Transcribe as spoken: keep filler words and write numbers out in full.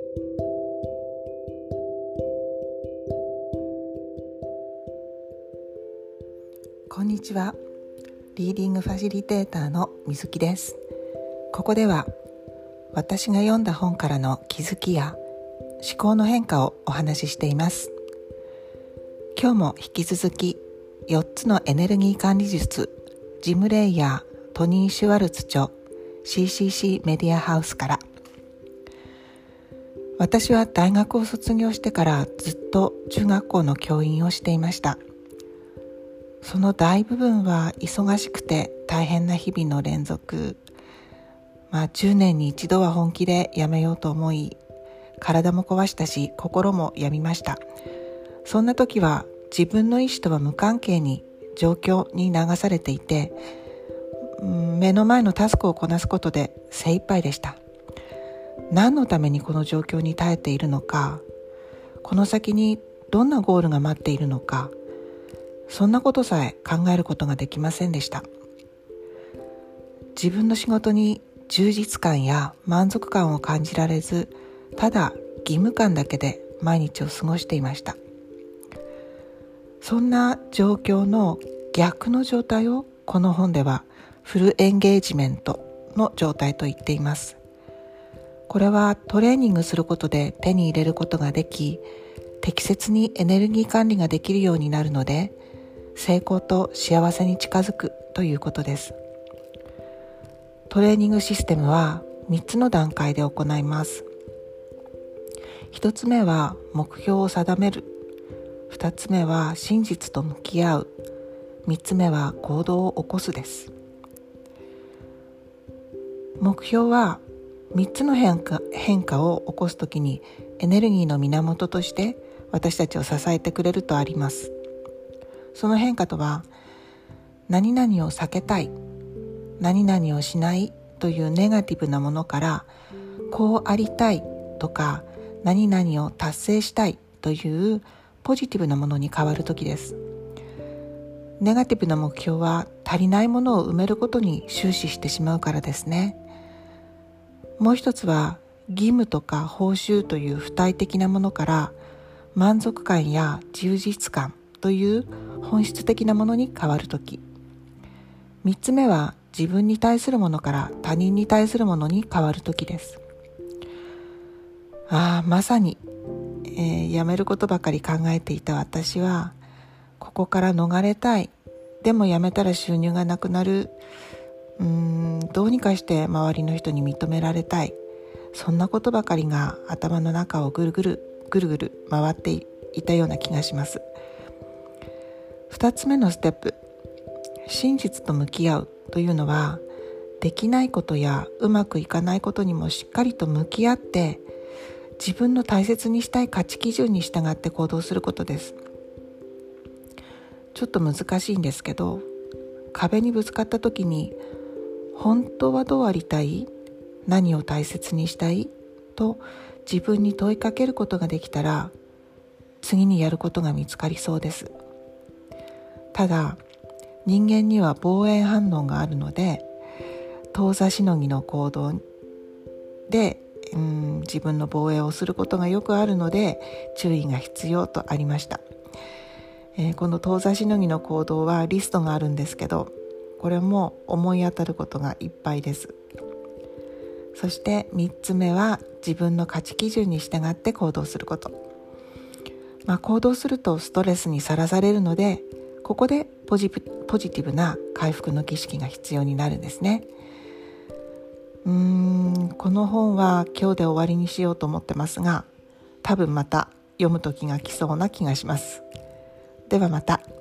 こんにちは。リーディングファシリテーターのみずきです。ここでは私が読んだ本からの気づきや思考の変化をお話ししています。今日も引き続きよっつのエネルギー管理術、ジム・レイヤー、トニー・シュワルツ著 シーシーシー メディアハウスから。私は大学を卒業してからずっと中学校の教員をしていました。その大部分は忙しくて大変な日々の連続。まあじゅうねんに一度は本気でやめようと思い、体も壊したし心も病みました。そんな時は自分の意思とは無関係に状況に流されていて、目の前のタスクをこなすことで精一杯でした。何のためにこの状況に耐えているのか、この先にどんなゴールが待っているのか、そんなことさえ考えることができませんでした。自分の仕事に充実感や満足感を感じられず、ただ義務感だけで毎日を過ごしていました。そんな状況の逆の状態をこの本ではフルエンゲージメントの状態と言っています。これはトレーニングすることで手に入れることができ、適切にエネルギー管理ができるようになるので、成功と幸せに近づくということです。トレーニングシステムはみっつの段階で行います。ひとつめは目標を定める。ふたつめは真実と向き合う。みっつめは行動を起こすです。目標はみっつの変化、変化を起こすときにエネルギーの源として私たちを支えてくれるとあります。その変化とは、何々を避けたい、何々をしないというネガティブなものから、こうありたいとか何々を達成したいというポジティブなものに変わるときです。ネガティブな目標は足りないものを埋めることに終始してしまうからですね。もう一つは義務とか報酬という不体的なものから満足感や充実感という本質的なものに変わるとき。三つ目は自分に対するものから他人に対するものに変わるときです。ああ、まさに、えー、やめることばかり考えていた私は、ここから逃れたい。でもやめたら収入がなくなる。うーん、どうにかして周りの人に認められたい。そんなことばかりが頭の中をぐるぐるぐるぐる回っていたような気がします。二つ目のステップ、真実と向き合うというのは、できないことやうまくいかないことにもしっかりと向き合って、自分の大切にしたい価値基準に従って行動することです。ちょっと難しいんですけど、壁にぶつかった時に、本当はどうありたい？何を大切にしたい？と自分に問いかけることができたら、次にやることが見つかりそうです。ただ、人間には防衛反応があるので、当座しのぎの行動で、うん、自分の防衛をすることがよくあるので、注意が必要とありました。えー、この当座しのぎの行動はリストがあるんですけど、これも思い当たることがいっぱいです。そしてみっつめは自分の価値基準に従って行動すること。まあ、行動するとストレスにさらされるので、ここでポジ、ポジティブな回復の儀式が必要になるんですね。うーん、この本は今日で終わりにしようと思ってますが、多分また読む時が来そうな気がします。ではまた。